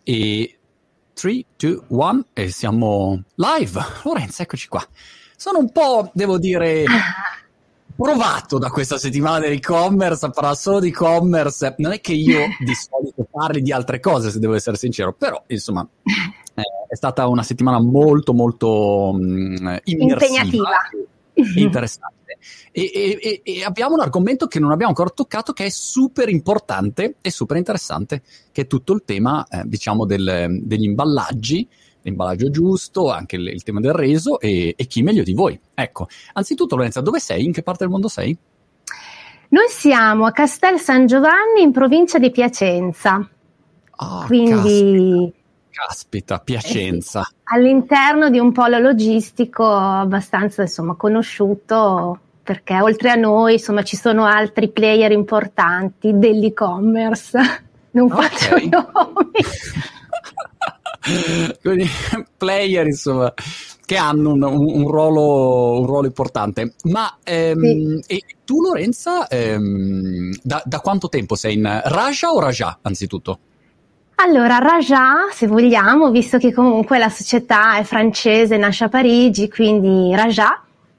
E 3, 2, 1 e siamo live. Lorenza, eccoci qua. Sono un po', devo dire, provato da questa settimana dell'e-commerce a parlare solo di e-commerce. Non è che io di solito parli di altre cose, se devo essere sincero, però insomma è stata una settimana molto impegnativa, interessante. E abbiamo un argomento che non abbiamo ancora toccato, che è super importante e super interessante, che è tutto il tema diciamo degli imballaggi, l'imballaggio giusto, anche il tema del reso e chi meglio di voi. Ecco, anzitutto Lorenza, dove sei? In che parte del mondo sei? Noi siamo a Castel San Giovanni, in provincia di Piacenza. Quindi caspita, Piacenza. All'interno di un polo logistico abbastanza, insomma, conosciuto, perché oltre a noi, insomma, ci sono altri player importanti dell'e-commerce. Non faccio nomi. Quindi player, insomma, che hanno un ruolo importante. Ma sì. E tu, Lorenza, da quanto tempo sei in Raja o Raja, anzitutto? Allora, Raja, se vogliamo, visto che comunque la società è francese, nasce a Parigi, quindi Raja.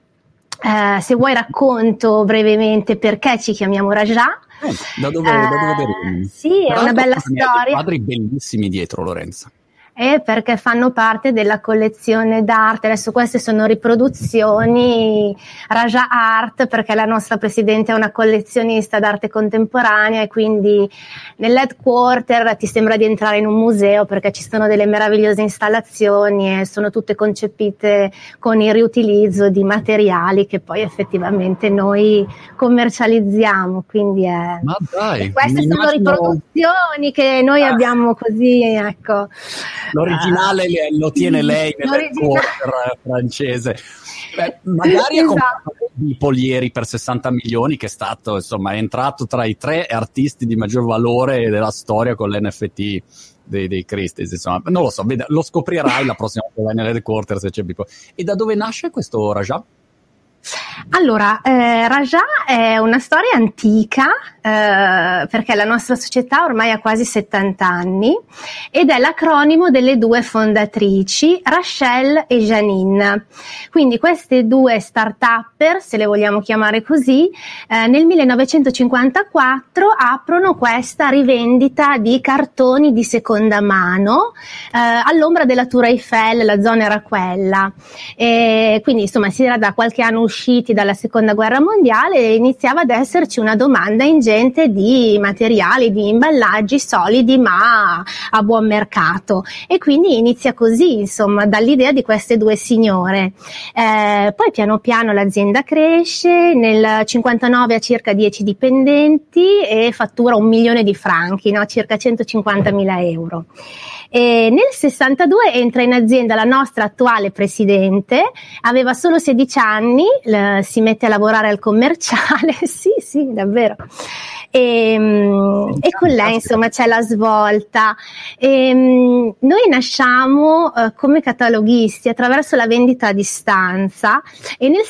Se vuoi racconto brevemente perché ci chiamiamo Raja. Da dove derivi? Sì, è una bella storia. Quadri bellissimi dietro, Lorenza. Perché fanno parte della collezione d'arte. Adesso queste sono riproduzioni Raja Art, perché la nostra presidente è una collezionista d'arte contemporanea e quindi nell'headquarter ti sembra di entrare in un museo, perché ci sono delle meravigliose installazioni e sono tutte concepite con il riutilizzo di materiali che poi effettivamente noi commercializziamo, quindi Ma dai, queste sono riproduzioni che noi abbiamo così, ecco. L'originale lo tiene lei nell'headquarter francese. Magari ha comprato di Polieri per 60 milioni, che è stato, insomma, è entrato tra i 3 artisti di maggior valore della storia con l'NFT dei Christie's, insomma. Non lo so, lo scoprirai la prossima volta nell'headquarter se c'è Bipo. E da dove nasce questo Raja? Allora, Raja è una storia antica, perché la nostra società ormai ha quasi 70 anni ed è l'acronimo delle 2 fondatrici, Rachel e Janine. Quindi queste 2 start-upper, se le vogliamo chiamare così, nel 1954 aprono questa rivendita di cartoni di seconda mano all'ombra della Tour Eiffel, la zona era quella. Quindi insomma si era da qualche anno usciti dalla seconda guerra mondiale e iniziava ad esserci una domanda ingente di materiali, di imballaggi solidi ma a buon mercato, e quindi inizia così, insomma, dall'idea di queste 2 signore. Poi piano piano l'azienda cresce, nel 59 ha circa 10 dipendenti e fattura 1 milione di franchi, no? Circa 150.000 euro. E nel 62 entra in azienda la nostra attuale presidente, aveva solo 16 anni, si mette a lavorare al commerciale, sì, davvero. E con lei, insomma, c'è la svolta. Noi nasciamo come cataloghisti attraverso la vendita a distanza e nel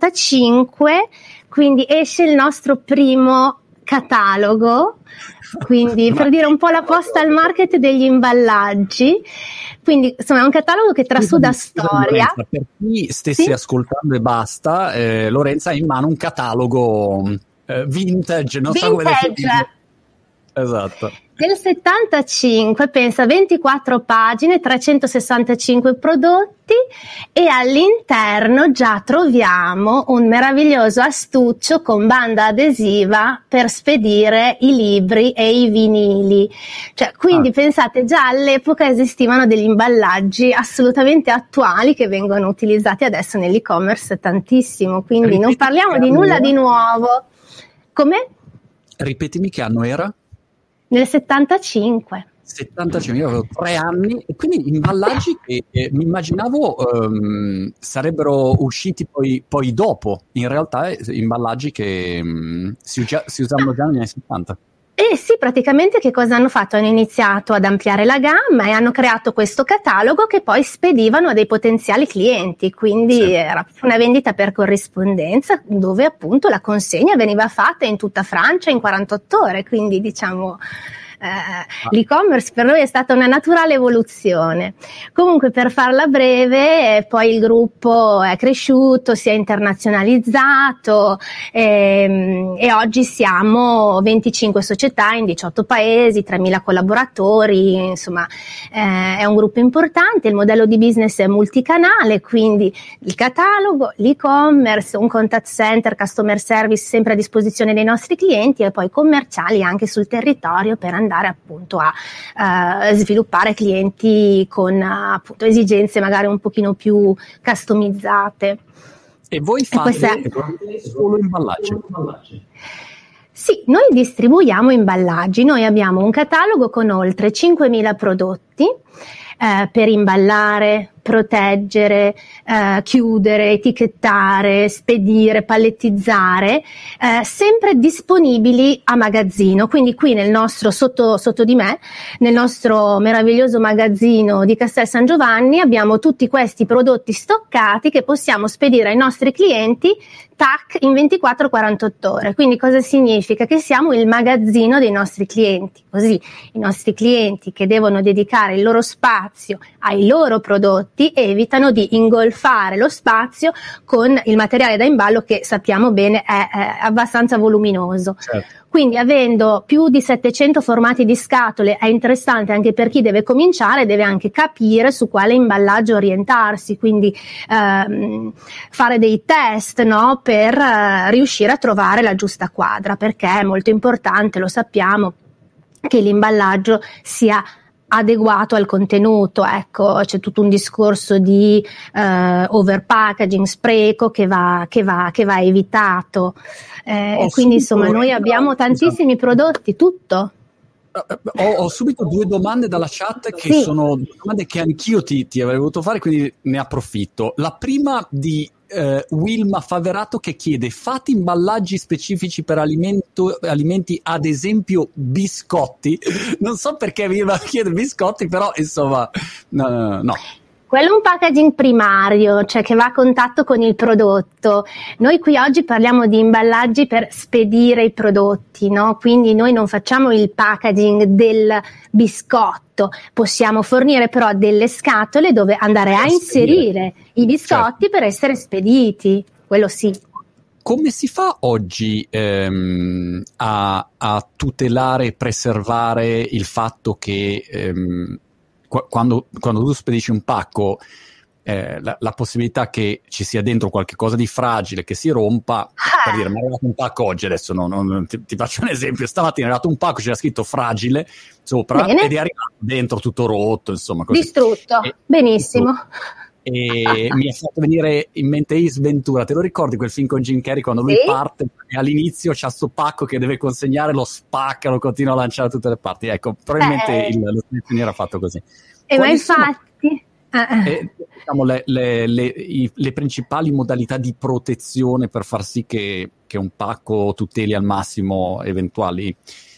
75 quindi esce il nostro primo catalogo, quindi per dire un po' la postal market degli imballaggi. Quindi insomma è un catalogo che trasuda storia. Lorenza, per chi stesse ascoltando e basta, Lorenza ha in mano un catalogo vintage, non so come definirlo. Esatto. Nel 75, pensa, 24 pagine, 365 prodotti e all'interno già troviamo un meraviglioso astuccio con banda adesiva per spedire i libri e i vinili. Cioè, quindi pensate, già all'epoca esistivano degli imballaggi assolutamente attuali che vengono utilizzati adesso nell'e-commerce tantissimo, quindi non parliamo di nulla di nuovo. Come? Ripetimi che anno era? Nel 75. 75, io avevo 3 anni e quindi imballaggi che mi immaginavo sarebbero usciti poi dopo, in realtà imballaggi che si usavano già negli anni 70. Sì, praticamente che cosa hanno fatto? Hanno iniziato ad ampliare la gamma e hanno creato questo catalogo che poi spedivano a dei potenziali clienti, quindi era una vendita per corrispondenza dove appunto la consegna veniva fatta in tutta Francia in 48 ore, quindi diciamo l'e-commerce per noi è stata una naturale evoluzione. Comunque, per farla breve, poi il gruppo è cresciuto, si è internazionalizzato e oggi siamo 25 società in 18 paesi, 3.000 collaboratori, insomma è un gruppo importante. Il modello di business è multicanale, quindi il catalogo, l'e-commerce, un contact center, customer service sempre a disposizione dei nostri clienti e poi commerciali anche sul territorio per andare appunto a sviluppare clienti con appunto esigenze magari un pochino più customizzate. E voi fate solo imballaggi? Sì, noi distribuiamo imballaggi, noi abbiamo un catalogo con oltre 5.000 prodotti per imballare, proteggere, chiudere, etichettare, spedire, palettizzare, sempre disponibili a magazzino. Quindi qui nel nostro, sotto di me, nel nostro meraviglioso magazzino di Castel San Giovanni abbiamo tutti questi prodotti stoccati che possiamo spedire ai nostri clienti in 24-48 ore. Quindi cosa significa? Che siamo il magazzino dei nostri clienti, così i nostri clienti che devono dedicare il loro spazio ai loro prodotti evitano di ingolfare lo spazio con il materiale da imballo che sappiamo bene è abbastanza voluminoso. Certo. Quindi avendo più di 700 formati di scatole è interessante anche per chi deve cominciare, deve anche capire su quale imballaggio orientarsi, quindi fare dei test, no, per riuscire a trovare la giusta quadra, perché è molto importante, lo sappiamo, che l'imballaggio sia adeguato al contenuto. Ecco, c'è tutto un discorso di overpackaging, spreco che va evitato, quindi insomma noi abbiamo tantissimi prodotti, tutto. Ho subito due domande dalla chat che sono domande che anch'io ti avrei voluto fare, quindi ne approfitto. La prima di Wilma Faverato che chiede: fate imballaggi specifici per alimenti, ad esempio biscotti? Non so perché Wilma chiede biscotti, però insomma no. Quello è un packaging primario, cioè che va a contatto con il prodotto. Noi qui oggi parliamo di imballaggi per spedire i prodotti, no? Quindi noi non facciamo il packaging del biscotto, possiamo fornire però delle scatole dove andare a inserire i biscotti, certo, per essere spediti, quello sì. Come si fa oggi a tutelare e preservare il fatto che quando tu spedisci un pacco, la possibilità che ci sia dentro qualche cosa di fragile, che si rompa, per dire, mi è arrivato un pacco oggi, adesso ti faccio un esempio, stamattina è arrivato un pacco, c'era scritto fragile sopra, ed è arrivato dentro tutto rotto, insomma, così. Distrutto, benissimo. E mi è fatto venire in mente Ace Ventura, te lo ricordi quel film con Jim Carrey quando lui parte e all'inizio c'ha sto pacco che deve consegnare, lo spacca, lo continua a lanciare da tutte le parti? Ecco, probabilmente lo selezioniere era fatto così. Ma infatti diciamo le principali modalità di protezione per far sì che un pacco tuteli al massimo eventuali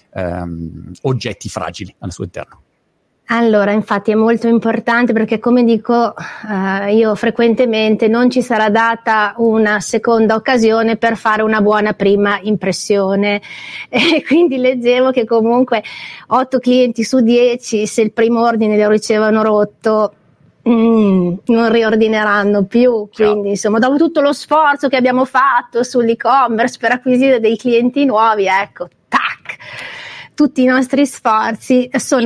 oggetti fragili al suo interno? Allora, infatti è molto importante perché, come dico io frequentemente, non ci sarà data una seconda occasione per fare una buona prima impressione, e quindi leggevo che comunque 8 clienti su 10, se il primo ordine lo ricevono rotto, non riordineranno più. Quindi insomma, dopo tutto lo sforzo che abbiamo fatto sull'e-commerce per acquisire dei clienti nuovi, ecco, tac, tutti i nostri sforzi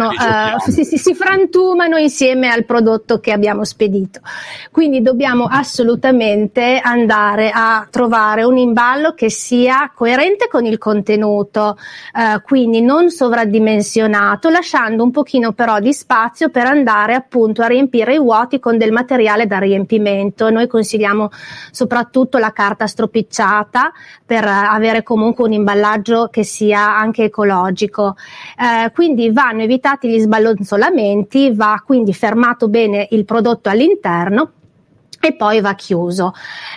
si frantumano insieme al prodotto che abbiamo spedito. Quindi dobbiamo assolutamente andare a trovare un imballo che sia coerente con il contenuto, quindi non sovradimensionato, lasciando un pochino però di spazio per andare appunto a riempire i vuoti con del materiale da riempimento. Noi consigliamo soprattutto la carta stropicciata per avere comunque un imballaggio che sia anche ecologico. Quindi vanno evitati gli sballonzolamenti, va quindi fermato bene il prodotto all'interno e poi va chiuso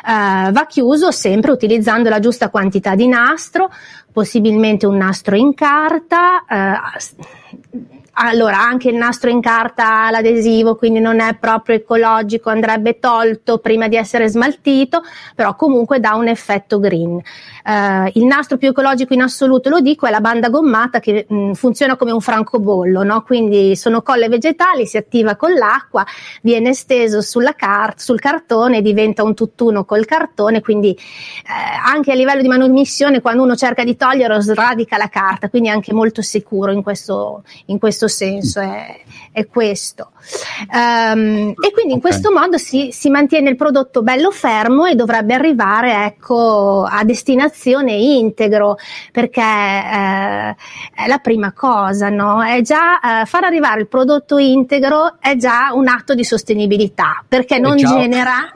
sempre utilizzando la giusta quantità di nastro, possibilmente un nastro in carta, allora anche il nastro in carta ha l'adesivo, quindi non è proprio ecologico, andrebbe tolto prima di essere smaltito, però comunque dà un effetto green. Il nastro più ecologico in assoluto, lo dico, è la banda gommata, che funziona come un francobollo, no? Quindi sono colle vegetali, si attiva con l'acqua, viene steso sul cartone, diventa un tutt'uno col cartone, quindi anche a livello di manomissione, quando uno cerca di toglierlo, sradica la carta, quindi è anche molto sicuro in questo senso, è questo. E quindi in questo modo si mantiene il prodotto bello fermo e dovrebbe arrivare, ecco, a destinazione integro, perché è la prima cosa, no? È già far arrivare il prodotto integro è già un atto di sostenibilità, perché non genera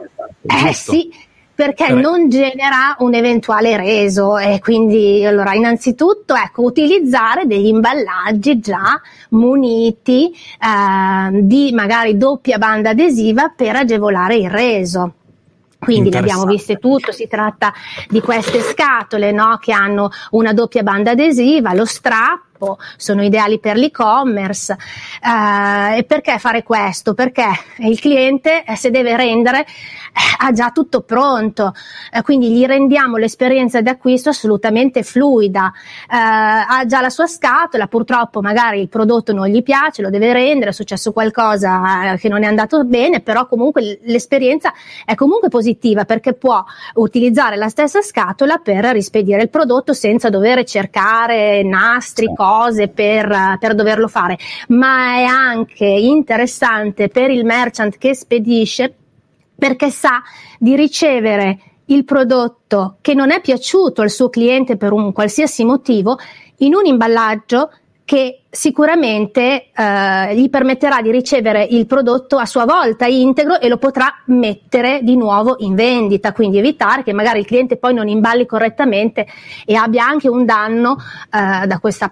non genera un eventuale reso, e quindi allora innanzitutto, ecco, utilizzare degli imballaggi già muniti di magari doppia banda adesiva per agevolare il reso. Quindi ne abbiamo viste tutto, si tratta di queste scatole, no, che hanno una doppia banda adesiva, lo strappo, sono ideali per l'e-commerce. E perché fare questo? Perché il cliente, se deve rendere, ha già tutto pronto, quindi gli rendiamo l'esperienza di acquisto assolutamente fluida. Ha già la sua scatola, purtroppo magari il prodotto non gli piace, lo deve rendere, è successo qualcosa che non è andato bene, però comunque l'esperienza è comunque positiva, perché può utilizzare la stessa scatola per rispedire il prodotto senza dover cercare nastri, cose per doverlo fare. Ma è anche interessante per il merchant che spedisce, perché sa di ricevere il prodotto che non è piaciuto al suo cliente per un qualsiasi motivo in un imballaggio che sicuramente gli permetterà di ricevere il prodotto a sua volta integro e lo potrà mettere di nuovo in vendita, quindi evitare che magari il cliente poi non imballi correttamente e abbia anche un danno da questa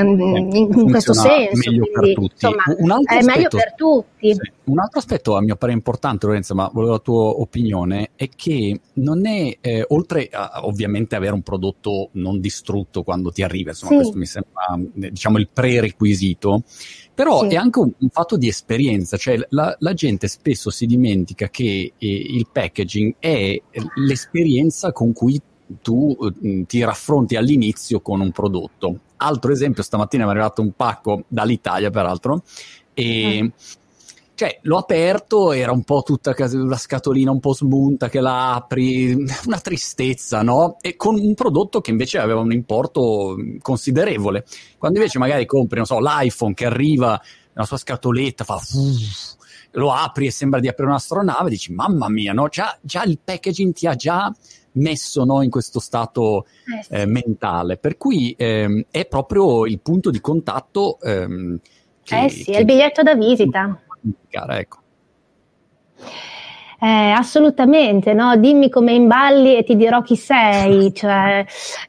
in questo senso. Meglio quindi, per tutti. Insomma, è meglio per tutti. Sì. Un altro aspetto a mio parere importante, Lorenzo, ma volevo la tua opinione, è che non è, oltre a ovviamente avere un prodotto non distrutto quando ti arriva, insomma, questo mi sembra, diciamo, il prerequisito, però è anche un fatto di esperienza, cioè la gente spesso si dimentica che il packaging è l'esperienza con cui tu ti raffronti all'inizio con un prodotto. Altro esempio, stamattina mi è arrivato un pacco dall'Italia, peraltro, e cioè l'ho aperto, era un po' tutta la scatolina un po' smunta che la apri, una tristezza, no? E con un prodotto che invece aveva un importo considerevole. Quando invece magari compri, non so, l'iPhone che arriva nella sua scatoletta, fa lo apri e sembra di aprire un'astronave, dici mamma mia, no? Già il packaging ti ha già messo, no, in questo stato mentale, per cui è proprio il punto di contatto è il biglietto da visita. Ecco. Assolutamente, no? Dimmi come imballi e ti dirò chi sei, cioè,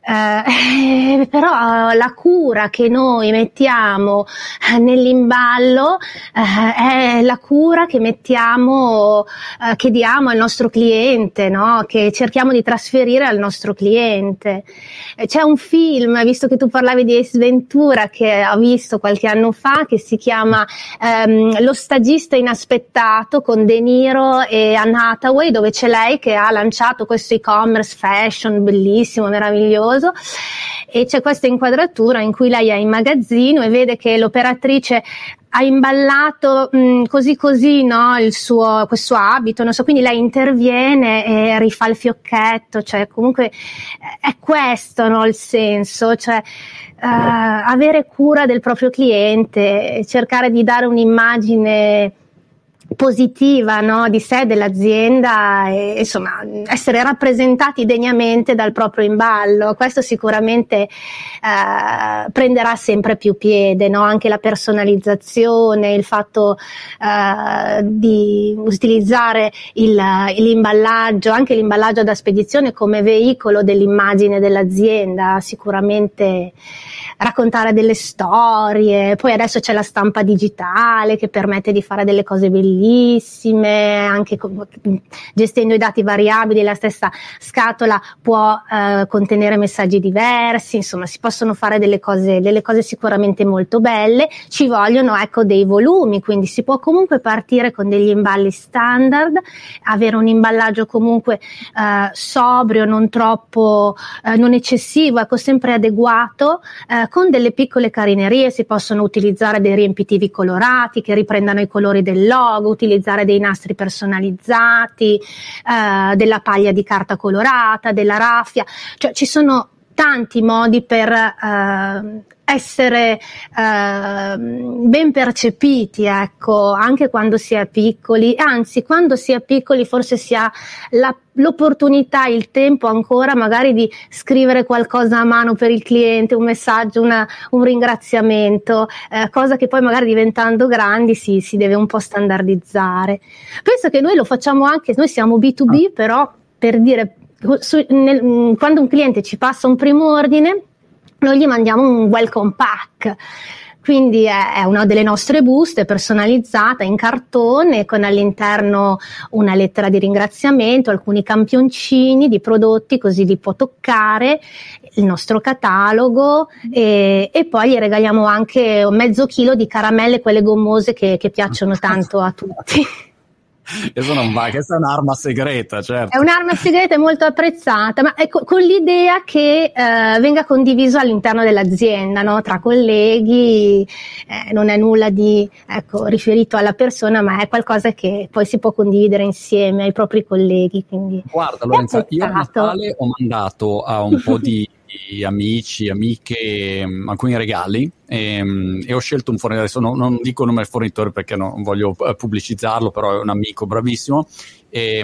però la cura che noi mettiamo nell'imballo è la cura che mettiamo, che diamo al nostro cliente, no? Che cerchiamo di trasferire al nostro cliente. C'è un film, visto che tu parlavi di Ace Ventura, che ho visto qualche anno fa, che si chiama Lo stagista inaspettato, con De Niro e Anne Hathaway, dove c'è lei che ha lanciato questo e-commerce fashion bellissimo, meraviglioso, e c'è questa inquadratura in cui lei è in magazzino e vede che l'operatrice ha imballato così, no, questo abito, non so, quindi lei interviene e rifà il fiocchetto, cioè comunque è questo, no, il senso, cioè avere cura del proprio cliente, cercare di dare un'immagine positiva, no, di sé, dell'azienda, e insomma essere rappresentati degnamente dal proprio imballo. Questo sicuramente prenderà sempre più piede, no? Anche la personalizzazione, il fatto di utilizzare l'imballaggio, anche l'imballaggio da spedizione come veicolo dell'immagine dell'azienda, sicuramente raccontare delle storie. Poi adesso c'è la stampa digitale che permette di fare delle cose bellissime. bellissime, anche gestendo i dati variabili, la stessa scatola può contenere messaggi diversi, insomma si possono fare delle cose sicuramente molto belle. Ci vogliono dei volumi, quindi si può comunque partire con degli imballi standard, avere un imballaggio comunque sobrio, non troppo, non eccessivo, sempre adeguato, con delle piccole carinerie. Si possono utilizzare dei riempitivi colorati che riprendano i colori del logo, utilizzare dei nastri personalizzati, della paglia di carta colorata, della raffia, cioè ci sono tanti modi per essere ben percepiti, anche quando si è piccoli. Anzi, quando si è piccoli forse si ha l'opportunità, il tempo ancora magari di scrivere qualcosa a mano per il cliente, un messaggio, un ringraziamento, cosa che poi magari diventando grandi si deve un po' standardizzare. Penso che noi lo facciamo anche, noi siamo B2B, però per dire, quando un cliente ci passa un primo ordine, noi gli mandiamo un welcome pack, quindi è una delle nostre buste personalizzata in cartone con all'interno una lettera di ringraziamento, alcuni campioncini di prodotti, così li può toccare, il nostro catalogo, e poi gli regaliamo anche mezzo chilo di caramelle, quelle gommose che piacciono tanto a tutti. Questa è un'arma segreta, certo. È un'arma segreta e molto apprezzata, ma con l'idea che venga condiviso all'interno dell'azienda, no? Tra colleghi, non è nulla di riferito alla persona, ma è qualcosa che poi si può condividere insieme ai propri colleghi. Quindi guarda Lorenza, io a Natale ho mandato a un po' di amici, amiche, alcuni regali, e ho scelto un fornitore. Adesso non dico il nome del fornitore perché non voglio pubblicizzarlo, però è un amico bravissimo, e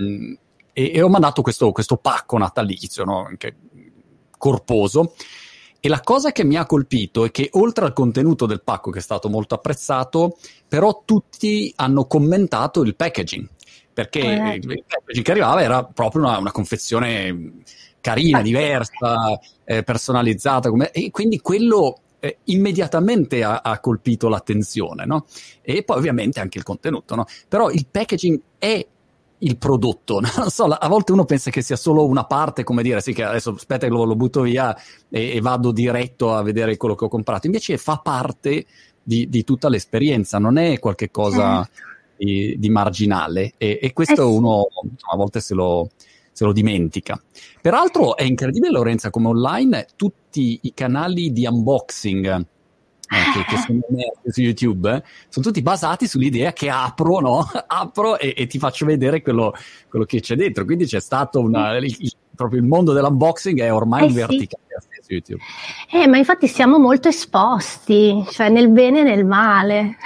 ho mandato questo pacco natalizio, no? Anche corposo. E la cosa che mi ha colpito è che oltre al contenuto del pacco, che è stato molto apprezzato, però tutti hanno commentato il packaging, perché il packaging che arrivava era proprio una confezione carina, diversa, personalizzata, e quindi quello immediatamente ha colpito l'attenzione, no? E poi ovviamente anche il contenuto, no? Però il packaging è il prodotto, non so, a volte uno pensa che sia solo una parte, come dire, sì, che adesso aspetta che lo butto via e vado diretto a vedere quello che ho comprato, invece fa parte di tutta l'esperienza, non è qualche cosa di marginale, e questo uno a volte se lo dimentica. Peraltro è incredibile, Lorenza, come online tutti i canali di unboxing che sono emersi su YouTube sono tutti basati sull'idea che apro e ti faccio vedere quello che c'è dentro. Quindi c'è stato proprio il mondo dell'unboxing è ormai un verticale su YouTube. Ma infatti siamo molto esposti, cioè nel bene e nel male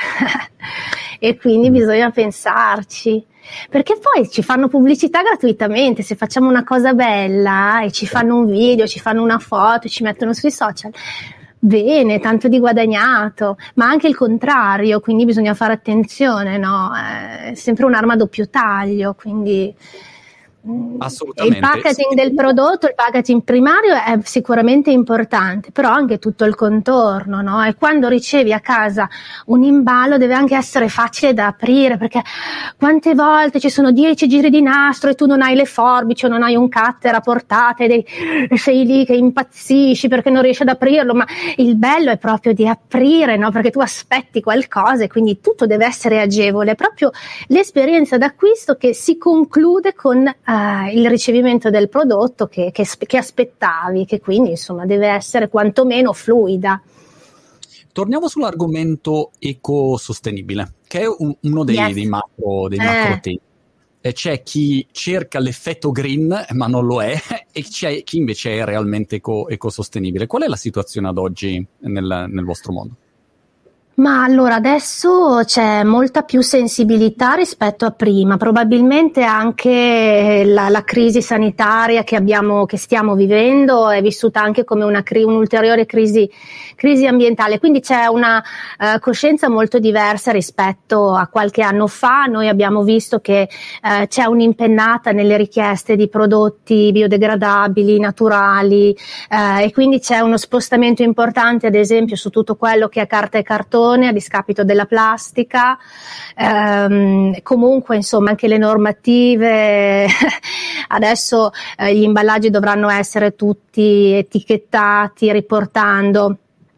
e quindi bisogna pensarci. Perché poi ci fanno pubblicità gratuitamente, se facciamo una cosa bella e ci fanno un video, ci fanno una foto, ci mettono sui social, bene, tanto di guadagnato, ma anche il contrario, quindi bisogna fare attenzione, no? È sempre un'arma a doppio taglio, quindi assolutamente. Il packaging del prodotto, il packaging primario è sicuramente importante, però anche tutto il contorno, no? E quando ricevi a casa un imballo deve anche essere facile da aprire, perché quante volte ci sono 10 giri di nastro e tu non hai le forbici o non hai un cutter a portata e sei lì che impazzisci perché non riesci ad aprirlo, ma il bello è proprio di aprire, no? Perché tu aspetti qualcosa e quindi tutto deve essere agevole, è proprio l'esperienza d'acquisto che si conclude con il ricevimento del prodotto che aspettavi, che quindi insomma deve essere quantomeno fluida. Torniamo sull'argomento ecosostenibile, che è uno dei macro temi. C'è chi cerca l'effetto green ma non lo è, e c'è chi invece è realmente ecosostenibile. Qual è la situazione ad oggi nel vostro mondo? Ma allora adesso c'è molta più sensibilità rispetto a prima, probabilmente anche la crisi sanitaria che stiamo vivendo è vissuta anche come un'ulteriore crisi ambientale, quindi c'è una coscienza molto diversa rispetto a qualche anno fa. Noi abbiamo visto che c'è un'impennata nelle richieste di prodotti biodegradabili, naturali, e quindi c'è uno spostamento importante ad esempio su tutto quello che è carta e cartone, cartone a discapito della plastica. Comunque insomma anche le normative adesso gli imballaggi dovranno essere tutti etichettati riportando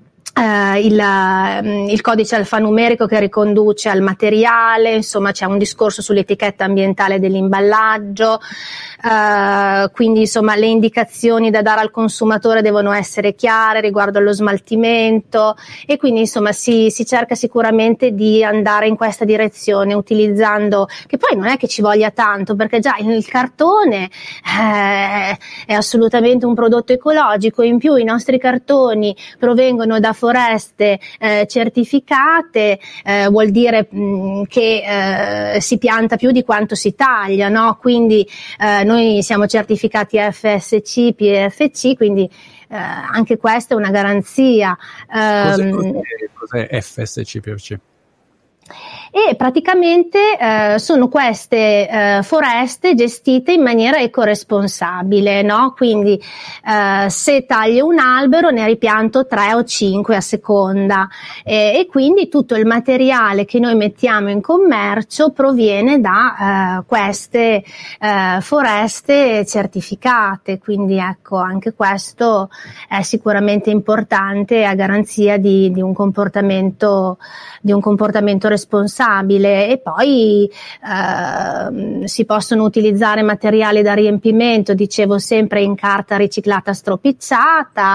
il codice alfanumerico che riconduce al materiale, insomma c'è un discorso sull'etichetta ambientale dell'imballaggio, quindi insomma le indicazioni da dare al consumatore devono essere chiare riguardo allo smaltimento, e quindi insomma si cerca sicuramente di andare in questa direzione utilizzando, che poi non è che ci voglia tanto, perché già il cartone è assolutamente un prodotto ecologico, in più i nostri cartoni provengono da foreste certificate, vuol dire che si pianta più di quanto si taglia, no? Quindi noi siamo certificati FSC, PEFC, quindi anche questa è una garanzia. Cos'è FSC, PEFC? E praticamente sono queste foreste gestite in maniera ecoresponsabile, no? Quindi se taglio un albero ne ripianto 3 o 5 a seconda, e quindi tutto il materiale che noi mettiamo in commercio proviene da queste foreste certificate, quindi ecco, anche questo è sicuramente importante a garanzia di un comportamento responsabile. E poi si possono utilizzare materiali da riempimento, dicevo sempre in carta riciclata stropicciata,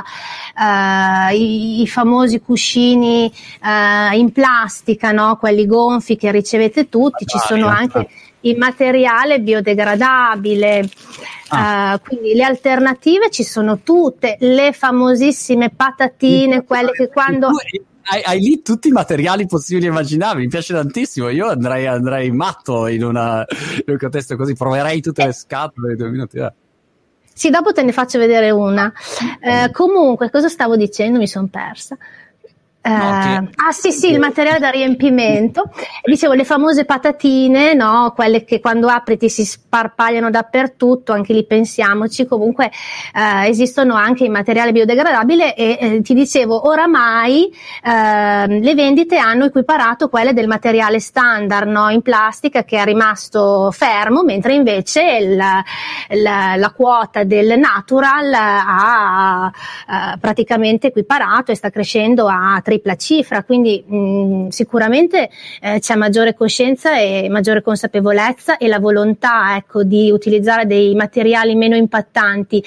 i famosi cuscini in plastica, no? Quelli gonfi che ricevete tutti, ci sono anche il materiale biodegradabile, quindi le alternative ci sono tutte, le famosissime patatine, quelle che quando... Hai lì tutti i materiali possibili e immaginabili, mi piace tantissimo, io andrei matto in un contesto così, proverei tutte le scatole in 2 minuti. Sì, dopo te ne faccio vedere una. Comunque, cosa stavo dicendo? Mi sono persa. Sì, il materiale da riempimento. Dicevo, le famose patatine, no? Quelle che quando apri ti si sparpagliano dappertutto, anche lì pensiamoci. Comunque esistono anche in materiale biodegradabile e ti dicevo, oramai le vendite hanno equiparato quelle del materiale standard, no? In plastica, che è rimasto fermo, mentre invece la quota del natural ha praticamente equiparato e sta crescendo a tripla cifra, quindi sicuramente c'è maggiore coscienza e maggiore consapevolezza, e la volontà, ecco, di utilizzare dei materiali meno impattanti.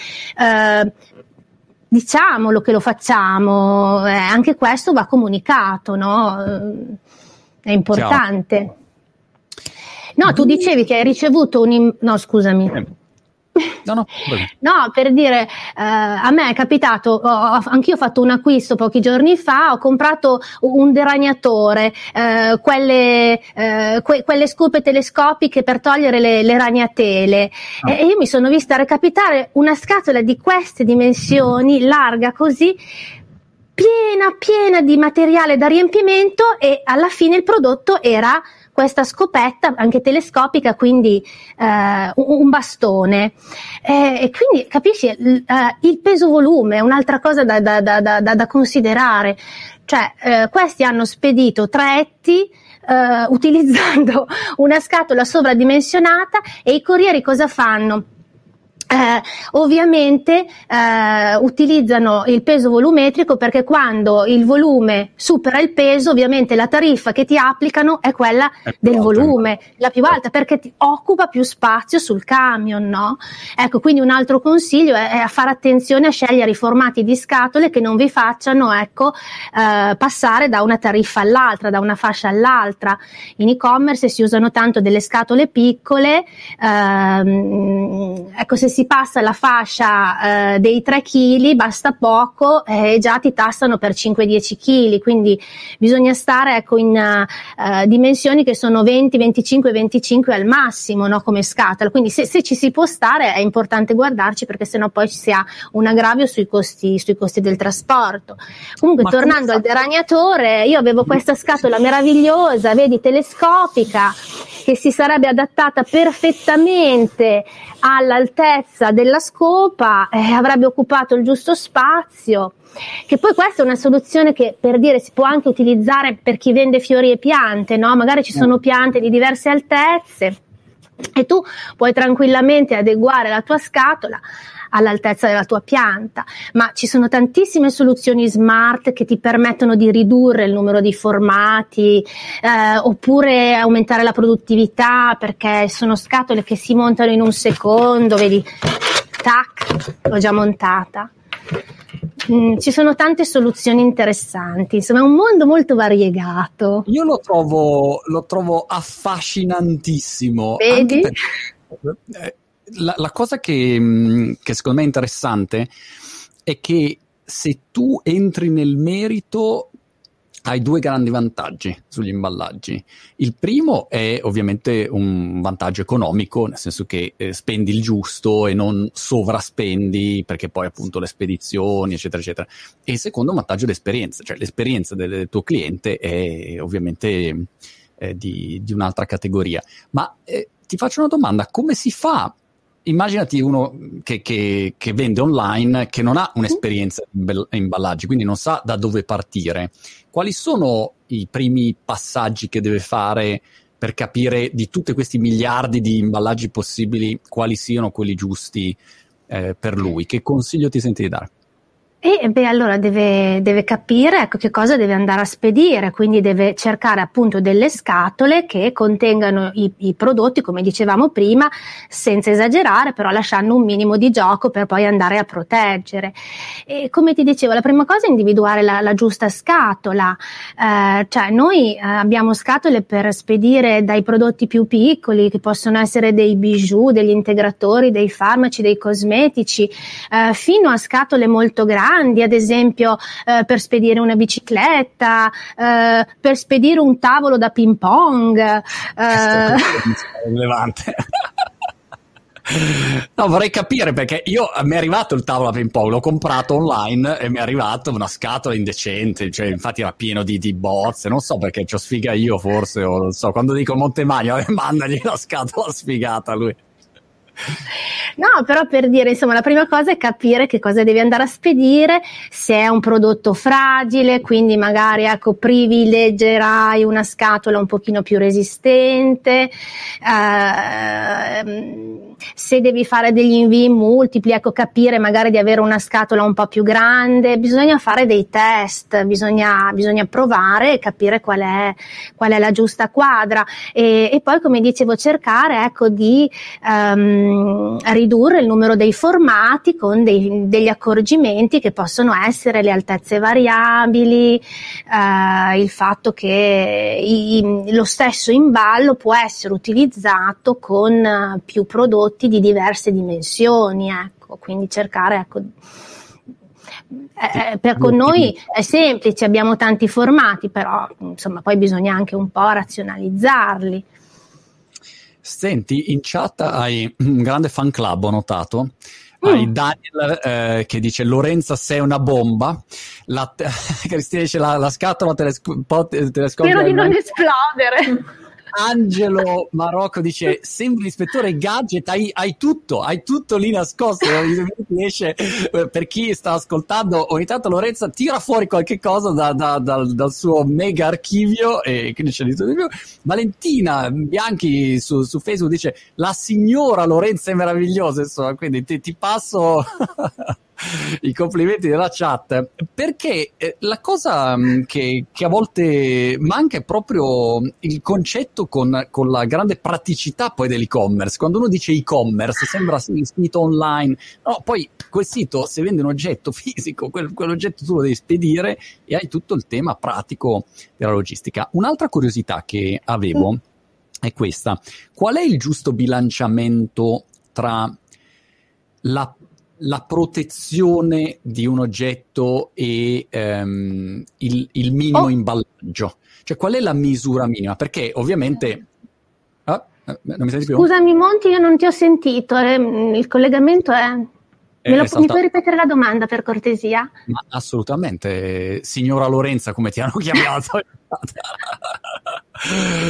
Diciamolo che lo facciamo, anche questo va comunicato, no? È importante. No, tu dicevi che hai ricevuto no, scusami. No, per dire, a me è capitato, anch'io ho fatto un acquisto pochi giorni fa, ho comprato un deragnatore, quelle scope telescopiche per togliere le ragnatele, e io mi sono vista recapitare una scatola di queste dimensioni, larga così, piena di materiale da riempimento, e alla fine il prodotto era questa scopetta anche telescopica, quindi un bastone, e quindi capisci il peso volume è un'altra cosa da considerare, cioè questi hanno spedito 3 etti utilizzando una scatola sovradimensionata, e i corrieri cosa fanno? Ovviamente utilizzano il peso volumetrico, perché quando il volume supera il peso, ovviamente la tariffa che ti applicano è quella del volume, la più alta, perché ti occupa più spazio sul camion, no? Ecco, quindi un altro consiglio è a fare attenzione a scegliere i formati di scatole che non vi facciano, ecco, passare da una tariffa all'altra, da una fascia all'altra. In e-commerce si usano tanto delle scatole piccole, ecco, se si passa la fascia dei 3 kg basta poco, e già ti tassano per 5-10 kg, quindi bisogna stare, ecco, in dimensioni che sono 20, 25, 25 al massimo, no? Come scatola, quindi se ci si può stare è importante guardarci, perché sennò poi si ha un aggravio sui costi del trasporto. Comunque, tornando al deragnatore, io avevo questa scatola meravigliosa, vedi, telescopica, che si sarebbe adattata perfettamente all'altezza della scopa, avrebbe occupato il giusto spazio. Che poi questa è una soluzione che, per dire, si può anche utilizzare per chi vende fiori e piante, no? Magari ci sono piante di diverse altezze e tu puoi tranquillamente adeguare la tua scatola all'altezza della tua pianta, ma ci sono tantissime soluzioni smart che ti permettono di ridurre il numero di formati, oppure aumentare la produttività, perché sono scatole che si montano in un secondo, vedi, tac, l'ho già montata. Ci sono tante soluzioni interessanti, insomma è un mondo molto variegato. Io lo trovo affascinantissimo. Vedi? La cosa che secondo me è interessante è che se tu entri nel merito hai due grandi vantaggi sugli imballaggi. Il primo è ovviamente un vantaggio economico, nel senso che spendi il giusto e non sovraspendi, perché poi appunto le spedizioni eccetera eccetera. E il secondo vantaggio è l'esperienza, cioè l'esperienza del tuo cliente è ovviamente di un'altra categoria. Ma ti faccio una domanda: come si fa? Immaginati uno che vende online, che non ha un'esperienza in imballaggi, quindi non sa da dove partire. Quali sono i primi passaggi che deve fare per capire di tutti questi miliardi di imballaggi possibili quali siano quelli giusti per lui? Che consiglio ti senti di dare? Allora deve capire, ecco, che cosa deve andare a spedire, quindi deve cercare appunto delle scatole che contengano i prodotti, come dicevamo prima, senza esagerare, però lasciando un minimo di gioco per poi andare a proteggere. E come ti dicevo, la prima cosa è individuare la giusta scatola, cioè noi abbiamo scatole per spedire dai prodotti più piccoli, che possono essere dei bijou, degli integratori, dei farmaci, dei cosmetici, fino a scatole molto grandi, ad esempio per spedire una bicicletta, per spedire un tavolo da ping pong. Rilevante. No, vorrei capire, perché mi è arrivato il tavolo da ping pong, l'ho comprato online e mi è arrivato una scatola indecente, cioè infatti era pieno di bozze, non so perché c'ho sfiga io forse, o non so, quando dico Montemagno mandagli la scatola sfigata a lui. No, però per dire, insomma, la prima cosa è capire che cosa devi andare a spedire, se è un prodotto fragile, quindi magari, ecco, privilegerai una scatola un pochino più resistente, se devi fare degli invii multipli, ecco, capire magari di avere una scatola un po' più grande. Bisogna fare dei test, bisogna provare e capire qual è la giusta quadra, e poi, come dicevo, cercare, ecco, di ridurre il numero dei formati con degli accorgimenti che possono essere le altezze variabili, il fatto che lo stesso imballo può essere utilizzato con più prodotti di diverse dimensioni, ecco, quindi cercare, ecco, con noi è semplice, abbiamo tanti formati, però insomma poi bisogna anche un po' razionalizzarli. Senti, in chat hai un grande fan club, ho notato. Hai Daniel che dice: Lorenza, sei una bomba. Cristina dice: la scatola telescopica. Spero di non esplodere. Angelo Marocco dice: sembri l'ispettore Gadget, hai tutto lì nascosto. Esce, per chi sta ascoltando, ogni tanto Lorenza tira fuori qualche cosa dal suo mega archivio, e quindi c'è di tutto di più. Valentina Bianchi su Facebook dice: la signora Lorenza è meravigliosa, insomma, quindi ti passo i complimenti della chat, perché la cosa che a volte manca è proprio il concetto con la grande praticità poi dell'e-commerce. Quando uno dice e-commerce sembra sito online, no, poi quel sito, se vende un oggetto fisico, quell'oggetto tu lo devi spedire e hai tutto il tema pratico della logistica. Un'altra curiosità che avevo è questa: qual è il giusto bilanciamento tra la protezione di un oggetto e il minimo imballaggio? Cioè, qual è la misura minima? Perché ovviamente non mi senti più? Scusami Monti, io non ti ho sentito, il collegamento è... Mi puoi ripetere la domanda, per cortesia? Ma assolutamente, signora Lorenza, come ti hanno chiamato.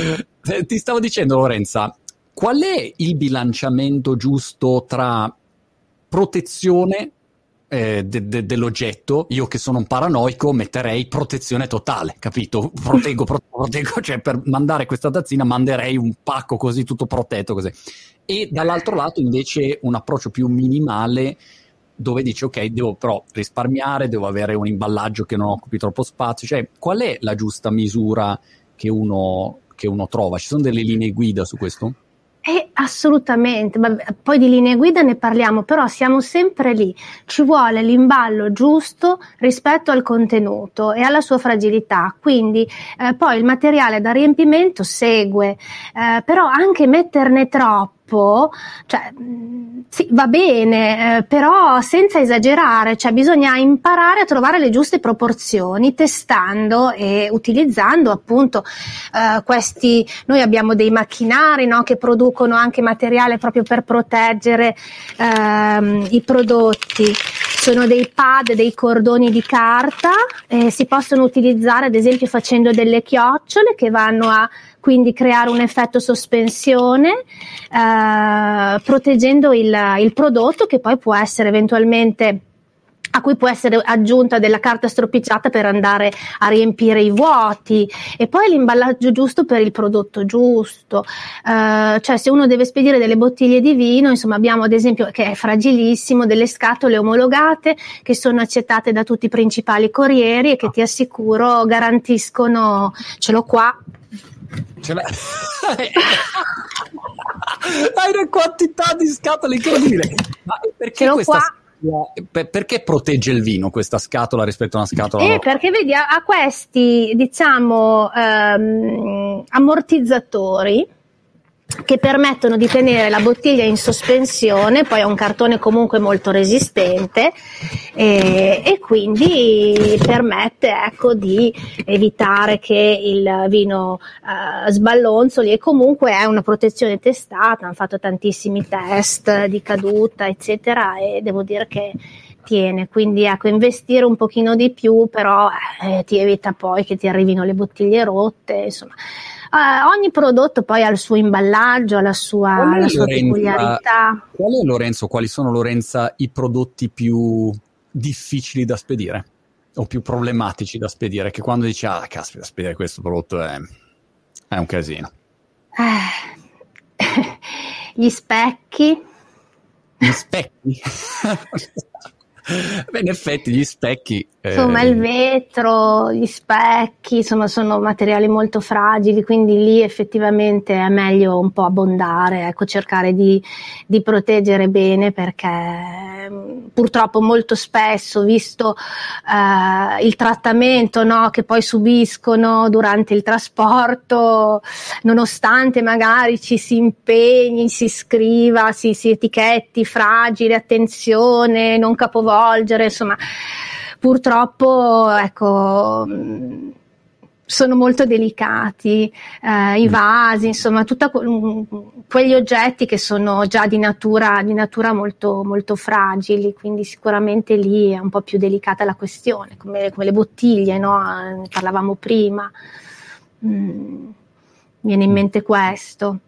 ti stavo dicendo, Lorenza, qual è il bilanciamento giusto tra protezione dell'oggetto? Io che sono un paranoico metterei protezione totale, capito? Proteggo, cioè per mandare questa tazzina manderei un pacco così tutto protetto così. E dall'altro lato invece un approccio più minimale dove dici ok, devo però risparmiare, devo avere un imballaggio che non occupi troppo spazio, cioè qual è la giusta misura che uno trova? Ci sono delle linee guida su questo? Assolutamente, poi di linee guida ne parliamo, però siamo sempre lì, ci vuole l'imballo giusto rispetto al contenuto e alla sua fragilità, quindi poi il materiale da riempimento segue, però anche metterne troppo, cioè sì, va bene, però senza esagerare, cioè bisogna imparare a trovare le giuste proporzioni testando e utilizzando appunto questi, noi abbiamo dei macchinari, no, che producono anche materiale proprio per proteggere i prodotti, sono dei pad, dei cordoni di carta, si possono utilizzare ad esempio facendo delle chiocciole che vanno a quindi creare un effetto sospensione, proteggendo il prodotto, che poi può essere eventualmente, a cui può essere aggiunta della carta stropicciata per andare a riempire i vuoti, e poi l'imballaggio giusto per il prodotto giusto, cioè se uno deve spedire delle bottiglie di vino, insomma abbiamo ad esempio, che è fragilissimo, delle scatole omologate che sono accettate da tutti i principali corrieri e che ti assicuro garantiscono, ce l'ho qua. Hai una quantità di scatole incredibile. Ma perché perché protegge il vino questa scatola rispetto a una scatola? Perché vedi, ha questi, diciamo, ammortizzatori che permettono di tenere la bottiglia in sospensione, poi ha un cartone comunque molto resistente e quindi permette, ecco, di evitare che il vino sballonzoli, e comunque è una protezione testata, hanno fatto tantissimi test di caduta eccetera e devo dire che tiene, quindi ecco, investire un pochino di più però ti evita poi che ti arrivino le bottiglie rotte, insomma. Ogni prodotto poi ha il suo imballaggio, ha la sua peculiarità. Quali sono, Lorenza, i prodotti più difficili da spedire o più problematici da spedire, che quando dici caspita, spedire questo prodotto è un casino? Gli specchi. Beh, in effetti gli specchi, insomma il vetro, gli specchi, insomma sono materiali molto fragili, quindi lì effettivamente è meglio un po' abbondare, ecco, cercare di proteggere bene, perché purtroppo molto spesso, visto il trattamento, no, che poi subiscono durante il trasporto, nonostante magari ci si impegni, si scriva, si etichetti fragile, attenzione, non capovolgere, insomma purtroppo ecco sono molto delicati, i vasi, insomma quegli oggetti che sono già di natura molto, molto fragili, quindi sicuramente lì è un po' più delicata la questione, come le bottiglie, no? Ne parlavamo prima, viene in mente questo.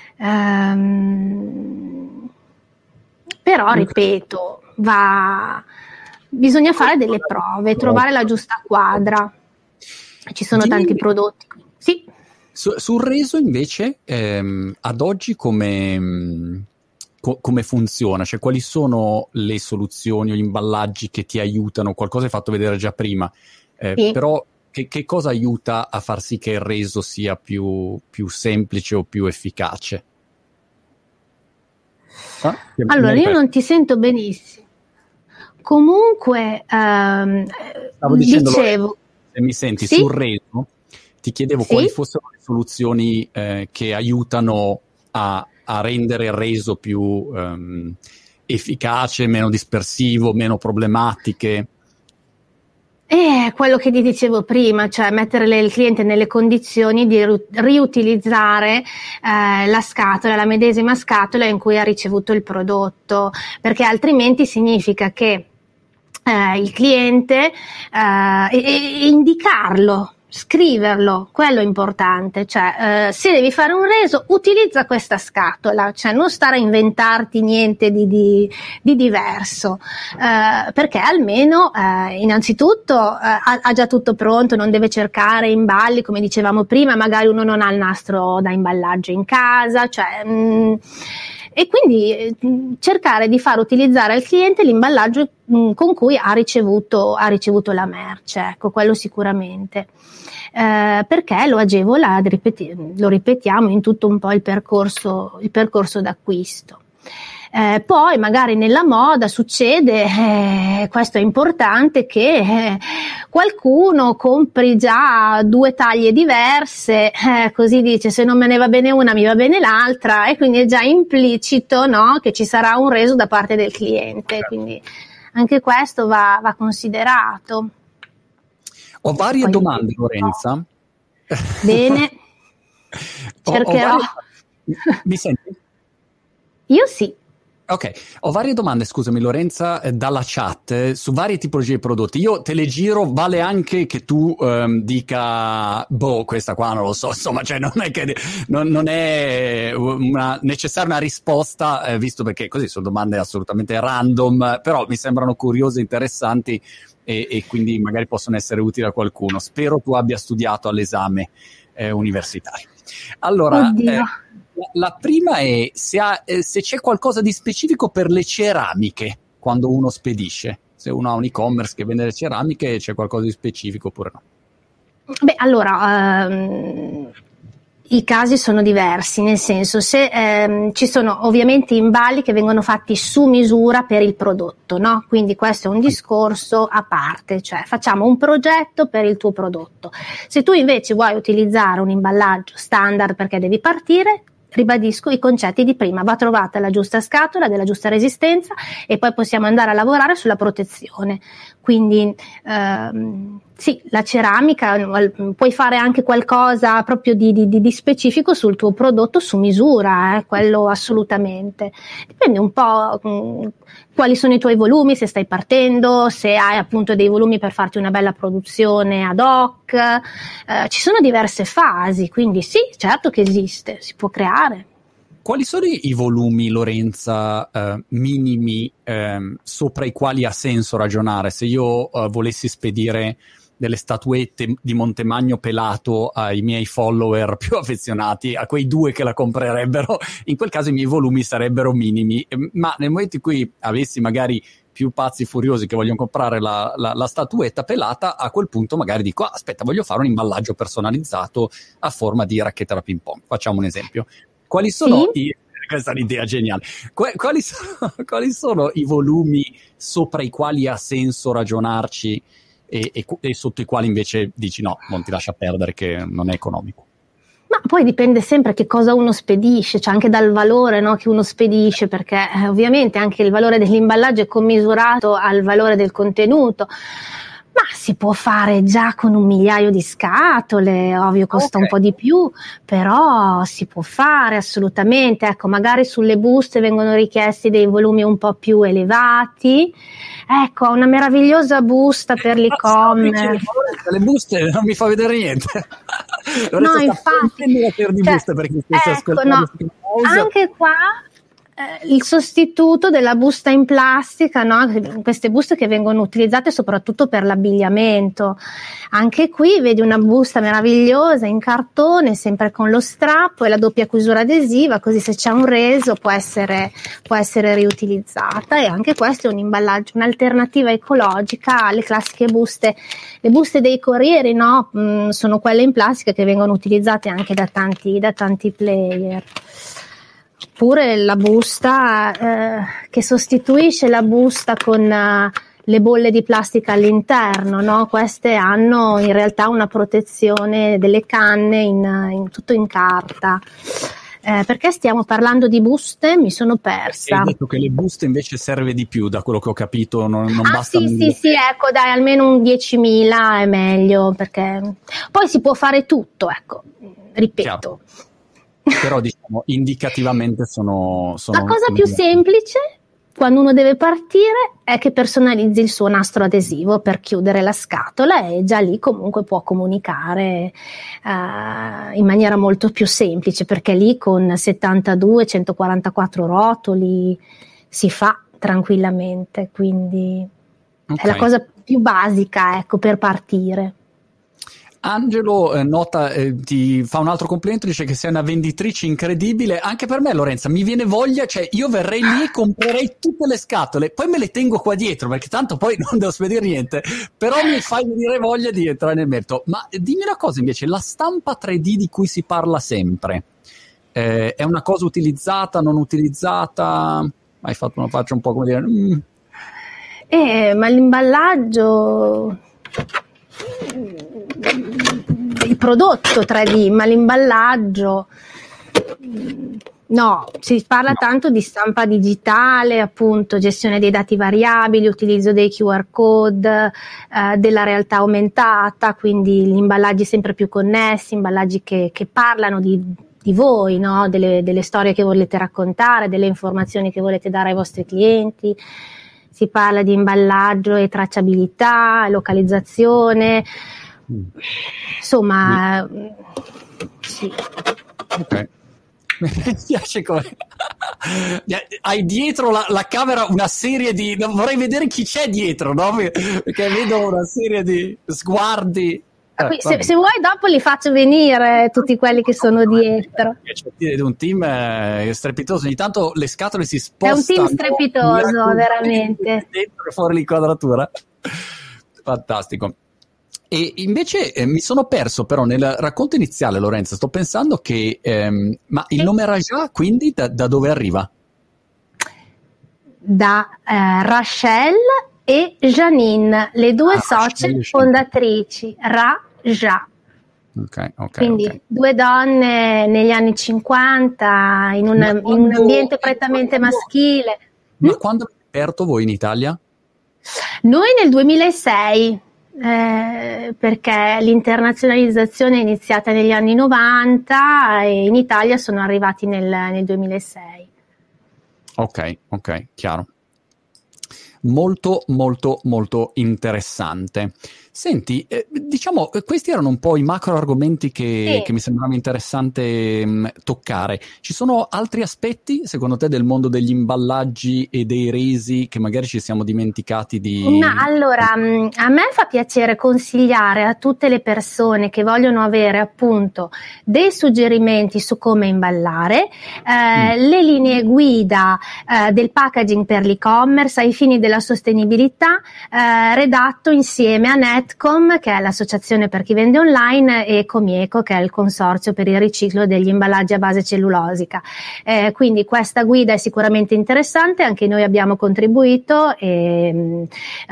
Però ripeto, bisogna fare delle prove, trovare la giusta quadra. Ci sono tanti prodotti. Sì. Sul reso invece, ad oggi come funziona? Cioè, quali sono le soluzioni o gli imballaggi che ti aiutano? Qualcosa hai fatto vedere già prima, sì. Però che cosa aiuta a far sì che il reso sia più semplice o più efficace? Allora, io non ti sento benissimo. Comunque, stavo dicendo, dicevo, se mi senti, sì? sul reso, ti chiedevo quali fossero le soluzioni che aiutano a rendere il reso più efficace, meno dispersivo, meno problematiche. Quello che ti dicevo prima, cioè mettere il cliente nelle condizioni di riutilizzare la scatola, la medesima scatola in cui ha ricevuto il prodotto, perché altrimenti significa che il cliente e indicarlo scriverlo, quello è importante, cioè se devi fare un reso utilizza questa scatola, cioè non stare a inventarti niente di diverso, perché almeno innanzitutto ha già tutto pronto, non deve cercare imballi, come dicevamo prima, magari uno non ha il nastro da imballaggio in casa, cioè e quindi cercare di far utilizzare al cliente l'imballaggio con cui ha ricevuto la merce, ecco, quello sicuramente, perché lo agevola, lo ripetiamo, in tutto un po' il percorso d'acquisto. Poi magari nella moda succede, questo è importante, che qualcuno compri già 2 taglie diverse, così dice se non me ne va bene una mi va bene l'altra, e quindi è già implicito, no, che ci sarà un reso da parte del cliente, quindi anche questo va considerato. Ho varie domande, Lorenza. Bene, cercherò. Mi senti? Io sì. Ok, ho varie domande, scusami Lorenza, dalla chat su varie tipologie di prodotti. Io te le giro, vale anche che tu dica, questa qua non lo so, insomma, cioè non è che non è necessaria una risposta, visto perché così sono domande assolutamente random, però mi sembrano curiose, interessanti e quindi magari possono essere utili a qualcuno. Spero tu abbia studiato all'esame universitario. Allora, la prima è se c'è qualcosa di specifico per le ceramiche quando uno spedisce. Se uno ha un e-commerce che vende le ceramiche, c'è qualcosa di specifico oppure no? Beh, allora, i casi sono diversi, nel senso, se ci sono ovviamente imballi che vengono fatti su misura per il prodotto, no? Quindi questo è un discorso a parte, cioè facciamo un progetto per il tuo prodotto. Se tu invece vuoi utilizzare un imballaggio standard perché devi partire, ribadisco i concetti di prima, va trovata la giusta scatola, della giusta resistenza, e poi possiamo andare a lavorare sulla protezione. Quindi sì, la ceramica, puoi fare anche qualcosa proprio di specifico sul tuo prodotto su misura, quello assolutamente. Dipende un po' quali sono i tuoi volumi, se stai partendo, se hai appunto dei volumi per farti una bella produzione ad hoc, ci sono diverse fasi, quindi sì, certo che esiste, si può creare. Quali sono i volumi, Lorenza, minimi sopra i quali ha senso ragionare? Se io volessi spedire delle statuette di Montemagno pelato ai miei follower più affezionati, a quei 2 che la comprerebbero, in quel caso i miei volumi sarebbero minimi, ma nel momento in cui avessi magari più pazzi furiosi che vogliono comprare la statuetta pelata, a quel punto magari dico, aspetta, voglio fare un imballaggio personalizzato a forma di racchetta da ping pong. Facciamo un esempio. Quali sono questa è un'idea geniale. Quali sono i volumi sopra i quali ha senso ragionarci e sotto i quali invece dici no, non ti lascia perdere che non è economico? Ma poi dipende sempre che cosa uno spedisce, cioè anche dal valore, no, che uno spedisce, perché ovviamente anche il valore dell'imballaggio è commisurato al valore del contenuto. Ma si può fare già con 1 migliaio di scatole, ovvio costa un po' di più, però si può fare assolutamente. Ecco, magari sulle buste vengono richiesti dei volumi un po' più elevati. Ecco, una meravigliosa busta per l'e-commerce. Le buste non mi fa vedere niente. No, infatti. Anche qua il sostituto della busta in plastica, no? Queste buste che vengono utilizzate soprattutto per l'abbigliamento. Anche qui vedi una busta meravigliosa in cartone, sempre con lo strappo e la doppia chiusura adesiva, così se c'è un reso può essere riutilizzata. E anche questo è un imballaggio, un'alternativa ecologica alle classiche buste. Le buste dei corrieri, no? Sono quelle in plastica che vengono utilizzate anche da tanti player. Oppure la busta che sostituisce la busta con le bolle di plastica all'interno, no? Queste hanno in realtà una protezione delle canne in tutto in carta. Perché stiamo parlando di buste? Mi sono persa. Hai detto che le buste invece serve di più, da quello che ho capito, non basta. Sì, ecco, dai, almeno un 10.000 è meglio, perché poi si può fare tutto, ecco, ripeto. Chiaro. Però diciamo indicativamente sono la cosa più semplice quando uno deve partire è che personalizzi il suo nastro adesivo per chiudere la scatola, e già lì comunque può comunicare in maniera molto più semplice, perché lì con 72-144 rotoli si fa tranquillamente, quindi è la cosa più basica, ecco, per partire. Angelo ti fa un altro complimento, dice che sei una venditrice incredibile. Anche per me, Lorenza, mi viene voglia, cioè io verrei lì e comprerei tutte le scatole, poi me le tengo qua dietro perché tanto poi non devo spedire niente, però mi fai venire voglia di entrare nel merito. Ma dimmi una cosa invece, la stampa 3D di cui si parla sempre, è una cosa utilizzata, non utilizzata? Hai fatto una faccia un po' come dire... Ma l'imballaggio... il prodotto 3D, ma l'imballaggio no, si parla tanto di stampa digitale, appunto, gestione dei dati variabili, utilizzo dei QR code, della realtà aumentata, quindi gli imballaggi sempre più connessi, imballaggi che parlano di voi, no? Delle storie che volete raccontare, delle informazioni che volete dare ai vostri clienti. Si parla di imballaggio e tracciabilità, localizzazione, insomma, sì. Ok. Mi piace come hai dietro la camera una serie di... vorrei vedere chi c'è dietro, no? Perché vedo una serie di sguardi. Se vuoi dopo li faccio venire tutti quelli che sono dietro. C'è un team strepitoso, ogni tanto le scatole si spostano. È un team strepitoso, veramente. Dentro e fuori l'inquadratura. Fantastico. E invece mi sono perso però nel racconto iniziale, Lorenza, sto pensando che... ma il nome Rajah quindi da dove arriva? Da Rachel e Janine, le due socie fondatrici, Rajah. Quindi due donne negli anni 50 in un ambiente prettamente maschile. Ma quando avete aperto voi in Italia? Noi nel 2006, perché l'internazionalizzazione è iniziata negli anni 90 e in Italia sono arrivati nel 2006. Ok, chiaro. Molto, molto, molto interessante. Senti, diciamo, questi erano un po' i macro argomenti che mi sembrava interessante toccare. Ci sono altri aspetti, secondo te, del mondo degli imballaggi e dei resi che magari ci siamo dimenticati di... Allora, a me fa piacere consigliare a tutte le persone che vogliono avere appunto dei suggerimenti su come imballare, le linee guida del packaging per l'e-commerce ai fini della sostenibilità, redatto insieme a Netcom, che è l'associazione per chi vende online, e Comieco, che è il consorzio per il riciclo degli imballaggi a base cellulosica. Quindi questa guida è sicuramente interessante, anche noi abbiamo contribuito e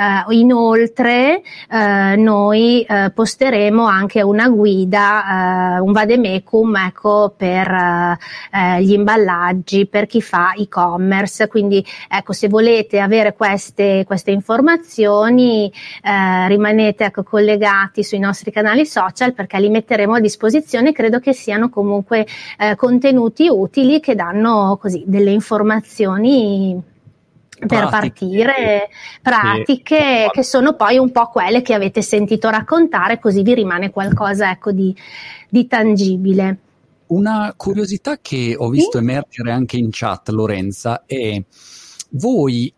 inoltre noi posteremo anche una guida, un vademecum, ecco, per gli imballaggi per chi fa e-commerce. Quindi ecco, se volete avere queste informazioni, rimanete collegati sui nostri canali social, perché li metteremo a disposizione. Credo che siano comunque contenuti utili che danno così delle informazioni per partire, pratiche che sono poi un po' quelle che avete sentito raccontare, così vi rimane qualcosa, ecco, di tangibile. Una curiosità che ho visto emergere anche in chat, Lorenza, è: voi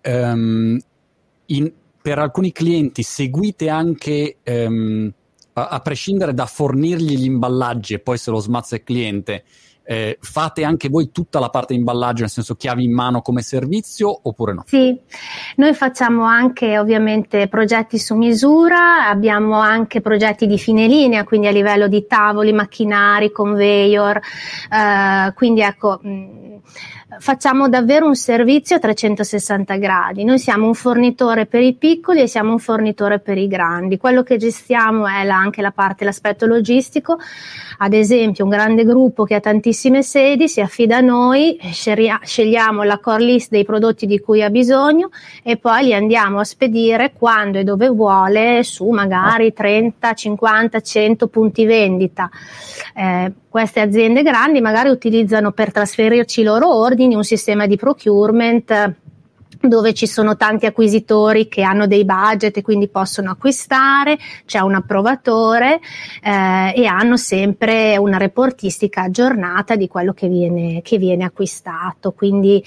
per alcuni clienti seguite anche, a prescindere da fornirgli gli imballaggi e poi se lo smazza il cliente, fate anche voi tutta la parte di imballaggio, nel senso chiavi in mano come servizio, oppure no? Sì, noi facciamo anche ovviamente progetti su misura, abbiamo anche progetti di fine linea, quindi a livello di tavoli, macchinari, conveyor, quindi ecco, facciamo davvero un servizio a 360 gradi. Noi siamo un fornitore per i piccoli e siamo un fornitore per i grandi. Quello che gestiamo è anche l'aspetto logistico. Ad esempio, un grande gruppo che ha tantissime sedi si affida a noi, scegliamo la core list dei prodotti di cui ha bisogno e poi li andiamo a spedire quando e dove vuole su magari 30, 50, 100 punti vendita. Queste aziende grandi magari utilizzano per trasferirci i loro ordini un sistema di procurement dove ci sono tanti acquisitori che hanno dei budget e quindi possono acquistare, c'è un approvatore e hanno sempre una reportistica aggiornata di quello che viene acquistato, quindi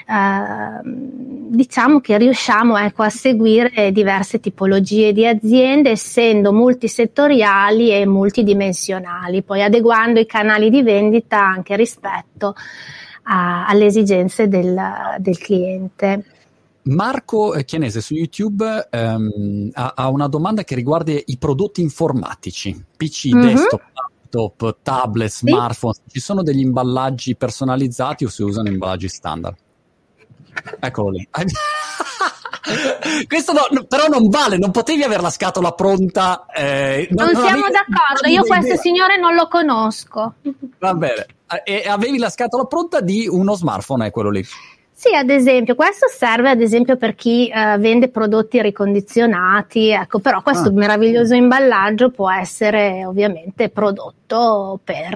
diciamo che riusciamo a seguire diverse tipologie di aziende, essendo multisettoriali e multidimensionali, poi adeguando i canali di vendita anche rispetto alle esigenze del cliente. Marco Chianese su YouTube ha una domanda che riguarda i prodotti informatici, PC, desktop, laptop, tablet, smartphone. Ci sono degli imballaggi personalizzati o si usano imballaggi standard? Eccolo lì. Questo però non vale, non potevi avere la scatola pronta. Non siamo d'accordo, io questo signore non lo conosco. Va bene, e avevi la scatola pronta di uno smartphone, è quello lì. Sì, ad esempio, questo serve ad esempio per chi vende prodotti ricondizionati, ecco, però questo meraviglioso imballaggio può essere ovviamente prodotto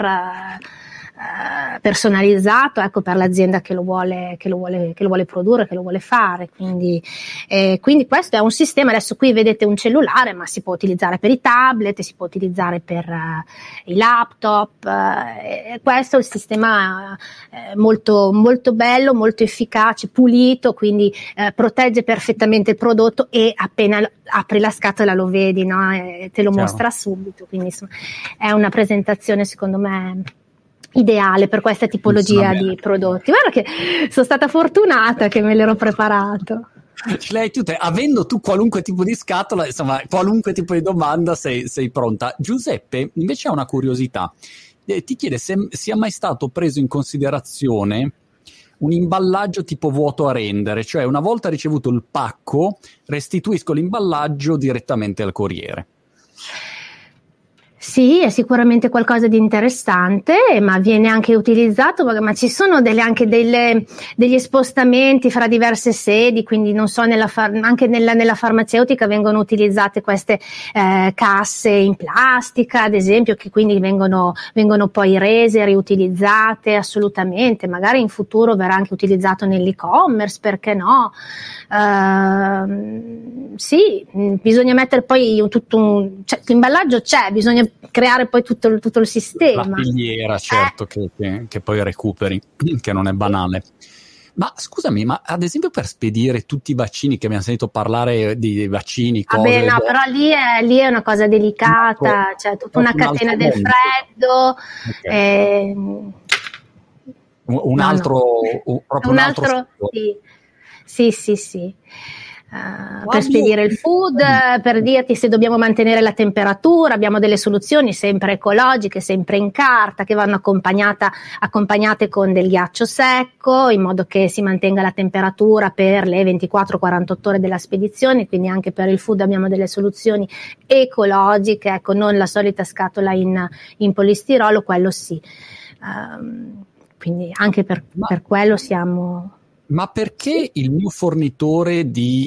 personalizzato, ecco, per l'azienda che lo vuole produrre, che lo vuole fare, quindi questo è un sistema. Adesso qui vedete un cellulare, ma si può utilizzare per i tablet, si può utilizzare per i laptop, questo è un sistema molto, molto bello, molto efficace, pulito, quindi protegge perfettamente il prodotto e appena apri la scatola lo vedi, no? Te lo mostra subito, quindi insomma, è una presentazione secondo me ideale per questa tipologia di prodotti. Guarda che sono stata fortunata che me l'ero preparato. Ce le hai tutte, avendo tu qualunque tipo di scatola, insomma, qualunque tipo di domanda sei pronta. Giuseppe invece ha una curiosità, ti chiede se sia mai stato preso in considerazione un imballaggio tipo vuoto a rendere, cioè una volta ricevuto il pacco restituisco l'imballaggio direttamente al corriere. Sì, è sicuramente qualcosa di interessante, ma viene anche utilizzato, ma ci sono degli spostamenti fra diverse sedi, quindi non so, anche nella farmaceutica vengono utilizzate queste casse in plastica, ad esempio, che quindi vengono poi rese, riutilizzate, assolutamente, magari in futuro verrà anche utilizzato nell'e-commerce, perché no? Sì, bisogna mettere poi cioè, l'imballaggio c'è, bisogna creare poi tutto il sistema. La filiera, certo, che poi recuperi, che non è banale. Ma scusami, ma ad esempio per spedire tutti i vaccini, che abbiamo sentito parlare di vaccini, cose... Vabbè, no, però lì è una cosa delicata, cioè tutta una catena del freddo. Okay. Un altro sì. Per spedire il food, per dirti se dobbiamo mantenere la temperatura, abbiamo delle soluzioni sempre ecologiche, sempre in carta, che vanno accompagnate con del ghiaccio secco, in modo che si mantenga la temperatura per le 24-48 ore della spedizione. Quindi anche per il food abbiamo delle soluzioni ecologiche, ecco, non la solita scatola in polistirolo, quello sì. Quindi anche per quello siamo... Ma perché il mio fornitore di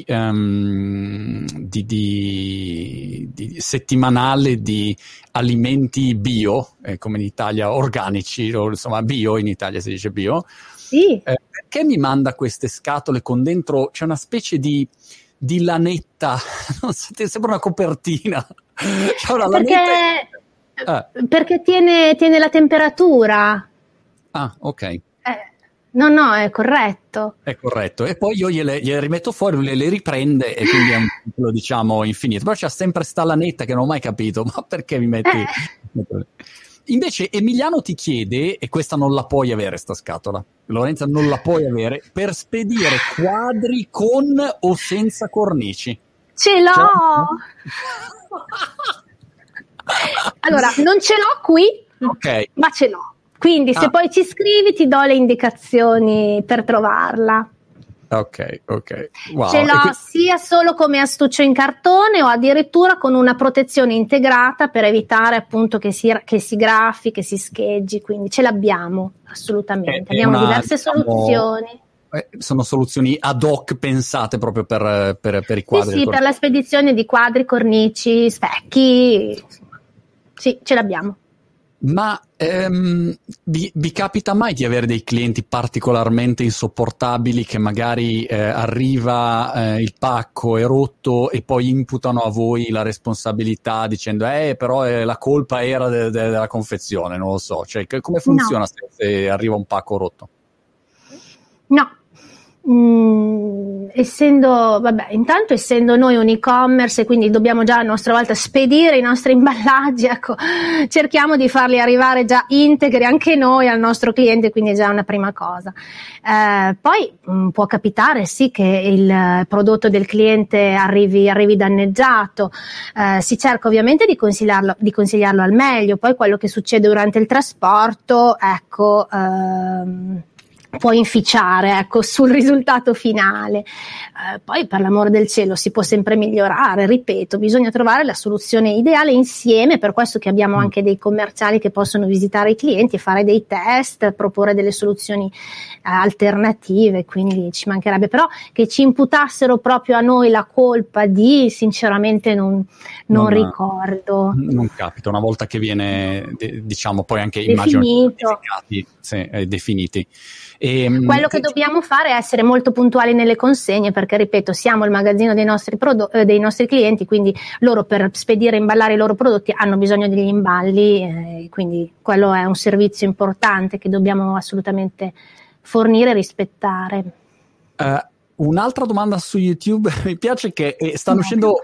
settimanale di alimenti bio, come in Italia organici, o insomma bio, in Italia si dice bio, sì. Perché mi manda queste scatole con dentro, c'è una specie di lanetta, non so, sembra una copertina. C'è una lanetta. Perché tiene la temperatura. Ah, ok. No, è corretto. È corretto. E poi io gliele rimetto fuori, le riprende e quindi è un ciclo, diciamo, infinito. Però c'è sempre sta lanetta che non ho mai capito, ma perché mi metti... Invece Emiliano ti chiede, e questa non la puoi avere sta scatola, Lorenza non la puoi avere, per spedire quadri con o senza cornici. Ce l'ho! Allora, non ce l'ho qui, okay, ma ce l'ho. Quindi se poi ci scrivi ti do le indicazioni per trovarla. Ok. Wow. Ce l'ho sia solo come astuccio in cartone o addirittura con una protezione integrata per evitare appunto che si graffi, che si scheggi, quindi ce l'abbiamo assolutamente. Abbiamo diverse soluzioni. Sono soluzioni ad hoc pensate proprio per i quadri. Sì, per la spedizione di quadri, cornici, specchi. Sì, ce l'abbiamo. Ma vi capita mai di avere dei clienti particolarmente insopportabili che magari arriva il pacco è rotto e poi imputano a voi la responsabilità dicendo però la colpa era della confezione, non lo so, cioè come funziona se arriva un pacco rotto? No. Essendo noi un e-commerce e quindi dobbiamo già a nostra volta spedire i nostri imballaggi, ecco, cerchiamo di farli arrivare già integri anche noi al nostro cliente, quindi è già una prima cosa. Poi può capitare sì che il prodotto del cliente arrivi danneggiato, si cerca ovviamente di consigliarlo al meglio. Poi quello che succede durante il trasporto, ecco, può inficiare, ecco, sul risultato finale. Poi per l'amor del cielo si può sempre migliorare, ripeto, bisogna trovare la soluzione ideale insieme, per questo che abbiamo anche dei commerciali che possono visitare i clienti, fare dei test, proporre delle soluzioni alternative, quindi ci mancherebbe, però che ci imputassero proprio a noi la colpa sinceramente non ricordo. Non capita, una volta che viene diciamo poi anche definito. Definiti. Quello che dobbiamo fare è essere molto puntuali nelle consegne, perché ripeto, siamo il magazzino dei nostri clienti, quindi loro per spedire e imballare i loro prodotti hanno bisogno degli imballi, quindi quello è un servizio importante che dobbiamo assolutamente fornire e rispettare. Un'altra domanda su YouTube, mi piace che stanno uscendo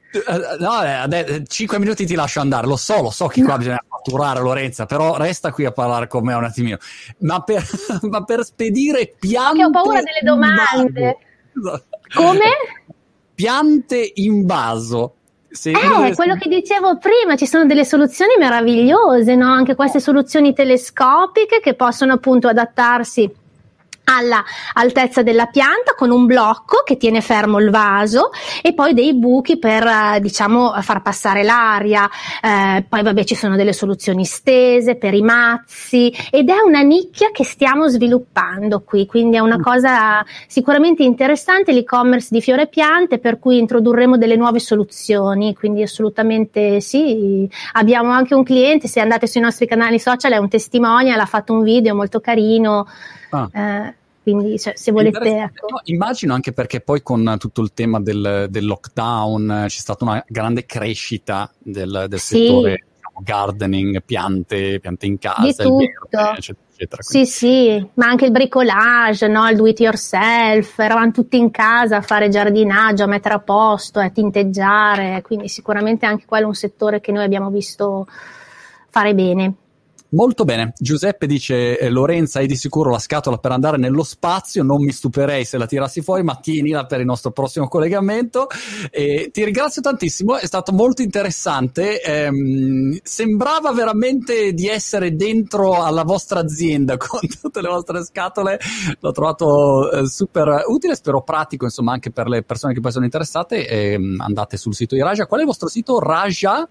5 minuti ti lascio andare, lo so che qua bisogna fatturare, Lorenza, però resta qui a parlare con me un attimino, ma per spedire piante, che ho paura delle domande. Come? Piante in vaso. Quello che dicevo prima, ci sono delle soluzioni meravigliose, no? Anche queste soluzioni telescopiche che possono appunto adattarsi alla altezza della pianta, con un blocco che tiene fermo il vaso e poi dei buchi per far passare l'aria. Poi ci sono delle soluzioni stese per i mazzi, ed è una nicchia che stiamo sviluppando qui, quindi è una cosa sicuramente interessante l'e-commerce di fiore e piante, per cui introdurremo delle nuove soluzioni, quindi assolutamente sì. Abbiamo anche un cliente, se andate sui nostri canali social è un testimonial, ha fatto un video molto carino. Quindi se volete, ecco. No, immagino, anche perché poi con tutto il tema del lockdown c'è stata una grande crescita del settore, diciamo, gardening, piante in casa, di tutto. Il verde, eccetera. Sì, ma anche il bricolage, no? Il do it yourself, eravamo tutti in casa a fare giardinaggio, a mettere a posto, a tinteggiare, quindi sicuramente anche quello è un settore che noi abbiamo visto fare bene. Molto bene. Giuseppe dice: Lorenza, hai di sicuro la scatola per andare nello spazio, non mi stupirei se la tirassi fuori, ma tienila per il nostro prossimo collegamento. Ti ringrazio tantissimo, è stato molto interessante, sembrava veramente di essere dentro alla vostra azienda con tutte le vostre scatole, l'ho trovato super utile, spero pratico, insomma, anche per le persone che poi sono interessate. Andate sul sito di Raja. Qual è il vostro sito? Raja?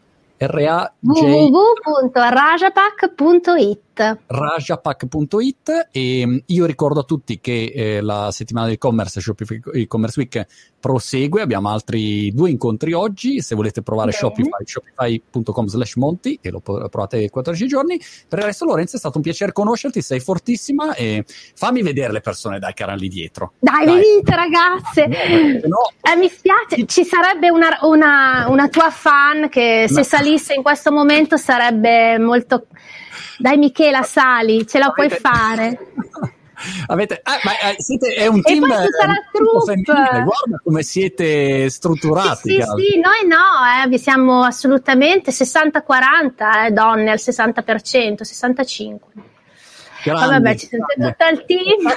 Rajapack.it. E io ricordo a tutti che la settimana del e-commerce, Shopify e-commerce week, prosegue. Abbiamo altri 2 incontri oggi. Se volete provare shopify.com/monti, e lo provate 14 giorni. Per il resto, Lorenzo, è stato un piacere conoscerti, sei fortissima, e fammi vedere le persone che erano lì dietro. Dai. Venite ragazze, mi spiace, ci sarebbe una tua fan che se salisse in questo momento sarebbe molto... Dai Michela, sali, ce la puoi fare. È un team, e poi tutta la troupe. Guarda come siete strutturati. Sì, noi vi siamo assolutamente 60-40, donne al 60%, 65%. Grande, ci sente tutto il team.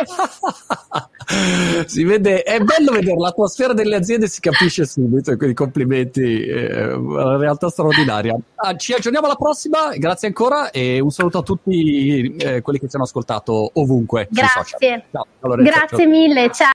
Si vede, è bello vedere l'atmosfera delle aziende, si capisce subito, quindi complimenti, una realtà straordinaria. Ci aggiorniamo alla prossima, grazie ancora, e un saluto a tutti quelli che ci hanno ascoltato ovunque. Grazie. Ciao, Lorenzo, grazie mille, ciao.